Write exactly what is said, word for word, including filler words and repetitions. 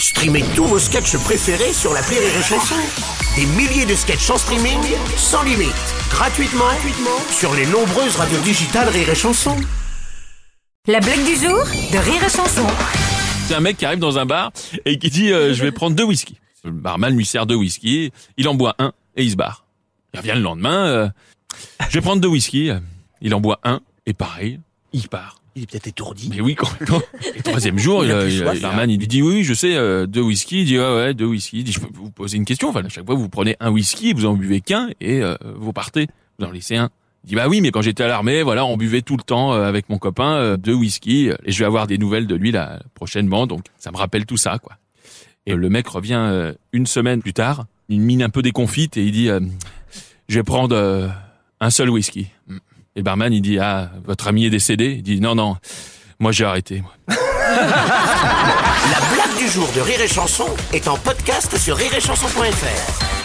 Streamez tous vos sketchs préférés sur l'appli Rire et Chanson. Des milliers de sketchs en streaming, sans limite, gratuitement, gratuitement sur les nombreuses radios digitales Rire et Chanson. La blague du jour de Rire et Chanson. C'est un mec qui arrive dans un bar et qui dit euh, je vais prendre deux whisky. Le barman lui sert deux whisky, il en boit un et il se barre. Il revient le lendemain, euh, je vais prendre deux whisky, il en boit un et pareil, il part. Il est peut-être étourdi. Mais oui, complètement. Et troisième jour, il, il, il, le barman il lui dit oui, je sais, euh, deux whisky. Il dit ouais, ouais, deux whisky. Il dit je peux vous poser une question. Enfin, à chaque fois vous prenez un whisky, vous en buvez qu'un et euh, vous partez, vous en laissez un. Il dit bah oui, mais quand j'étais à l'armée, voilà, on buvait tout le temps euh, avec mon copain euh, deux whisky et je vais avoir des nouvelles de lui là prochainement, donc ça me rappelle tout ça quoi. Et le mec revient euh, une semaine plus tard, une mine un peu déconfite et il dit euh, je vais prendre euh, un seul whisky. Et le barman, il dit, ah, votre ami est décédé? Il dit, non, non, moi j'ai arrêté. Moi. La blague du jour de Rire et Chanson est en podcast sur rire et chanson point f r.